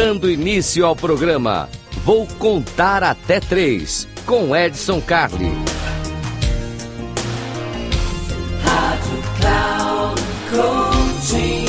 Dando início ao programa, vou contar até 3, com Edson Carli. Rádio Cloud Coaching.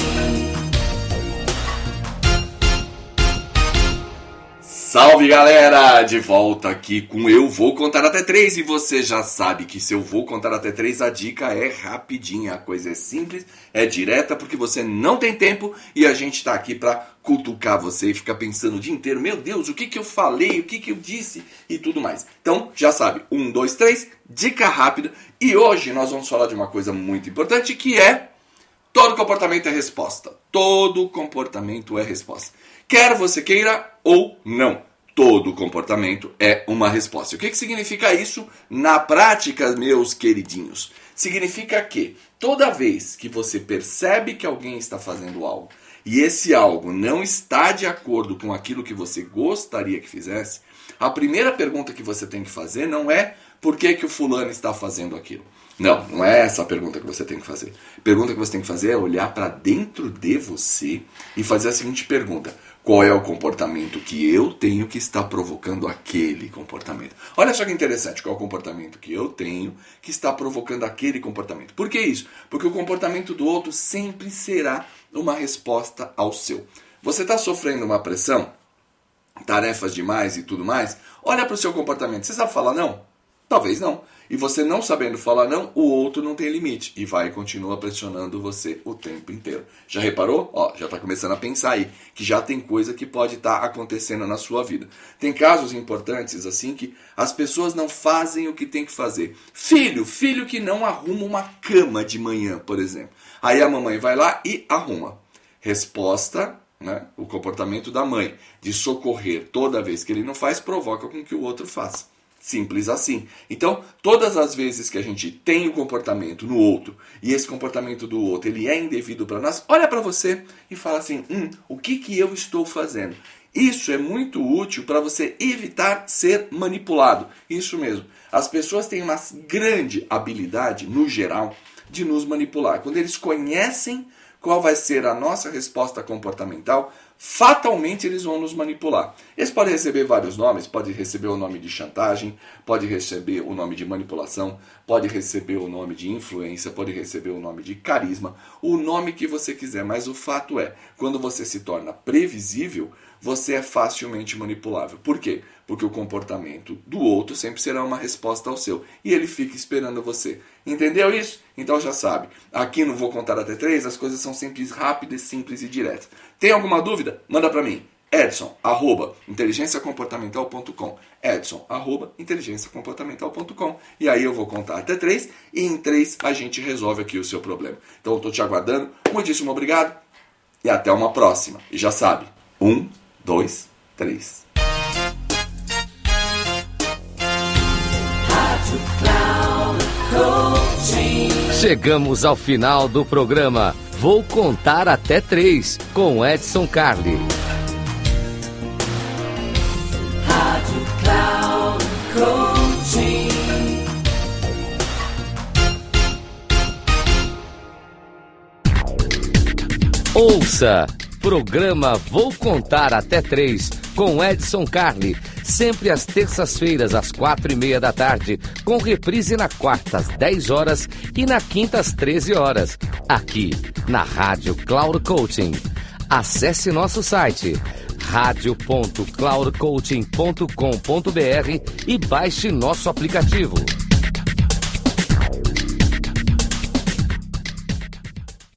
Salve, galera! De volta aqui com Eu Vou Contar Até 3. E você já sabe que se eu vou contar até 3, a dica é rapidinha. A coisa é simples, é direta, porque você não tem tempo e a gente tá aqui pra cutucar você e ficar pensando o dia inteiro: meu Deus, o que eu falei, o que eu disse e tudo mais. Então, já sabe, 1, 2, 3, dica rápida. E hoje nós vamos falar de uma coisa muito importante, que é: todo comportamento é resposta. Todo comportamento é resposta. Quer você queira ou não, todo comportamento é uma resposta. E o que significa isso na prática, meus queridinhos? Significa que toda vez que você percebe que alguém está fazendo algo e esse algo não está de acordo com aquilo que você gostaria que fizesse, a primeira pergunta que você tem que fazer não é: por que o fulano está fazendo aquilo? Não é essa a pergunta que você tem que fazer. A pergunta que você tem que fazer é olhar para dentro de você e fazer a seguinte pergunta: qual é o comportamento que eu tenho que está provocando aquele comportamento? Olha só que interessante, qual é o comportamento que eu tenho que está provocando aquele comportamento? Por que isso? Porque o comportamento do outro sempre será uma resposta ao seu. Você está sofrendo uma pressão, tarefas demais e tudo mais? Olha para o seu comportamento. Você sabe falar não? Talvez não. E você não sabendo falar não, o outro não tem limite. E vai e continua pressionando você o tempo inteiro. Já reparou? Já está começando a pensar aí que já tem coisa que pode estar acontecendo na sua vida. Tem casos importantes assim que as pessoas não fazem o que tem que fazer. Filho que não arruma uma cama de manhã, por exemplo. Aí a mamãe vai lá e arruma. Resposta, né? O comportamento da mãe de socorrer toda vez que ele não faz provoca com que o outro faça. Simples assim. Então, todas as vezes que a gente tem o comportamento no outro e esse comportamento do outro ele é indevido para nós, olha para você e fala assim: o que eu estou fazendo? Isso é muito útil para você evitar ser manipulado. Isso mesmo. As pessoas têm uma grande habilidade, no geral, de nos manipular. Quando eles conhecem qual vai ser a nossa resposta comportamental, fatalmente eles vão nos manipular. Eles podem receber vários nomes, pode receber o nome de chantagem, pode receber o nome de manipulação, pode receber o nome de influência, pode receber o nome de carisma, o nome que você quiser, mas o fato é, quando você se torna previsível, você é facilmente manipulável. Por quê? Porque o comportamento do outro sempre será uma resposta ao seu. E ele fica esperando você. Entendeu isso? Então já sabe. Aqui no Vou Contar Até 3, as coisas são sempre rápidas, simples e diretas. Tem alguma dúvida? Manda para mim. Edson@inteligenciacomportamental.com. Edson@inteligenciacomportamental.com. E aí eu vou contar até 3 e em 3 a gente resolve aqui o seu problema. Então eu estou te aguardando. Muitíssimo obrigado e até uma próxima. E já sabe. 1, 2, 3. Chegamos ao final do programa. Vou contar até 3 com Edson Carli. Rádio Cloud Coaching. Ouça! Programa Vou Contar Até 3 com Edson Carli, sempre às terças-feiras às 4:30 da tarde, com reprise na quarta às 10 horas e na quinta às 13 horas, aqui na Rádio Cloud Coaching. Acesse nosso site radio.cloudcoaching.com.br e baixe nosso aplicativo.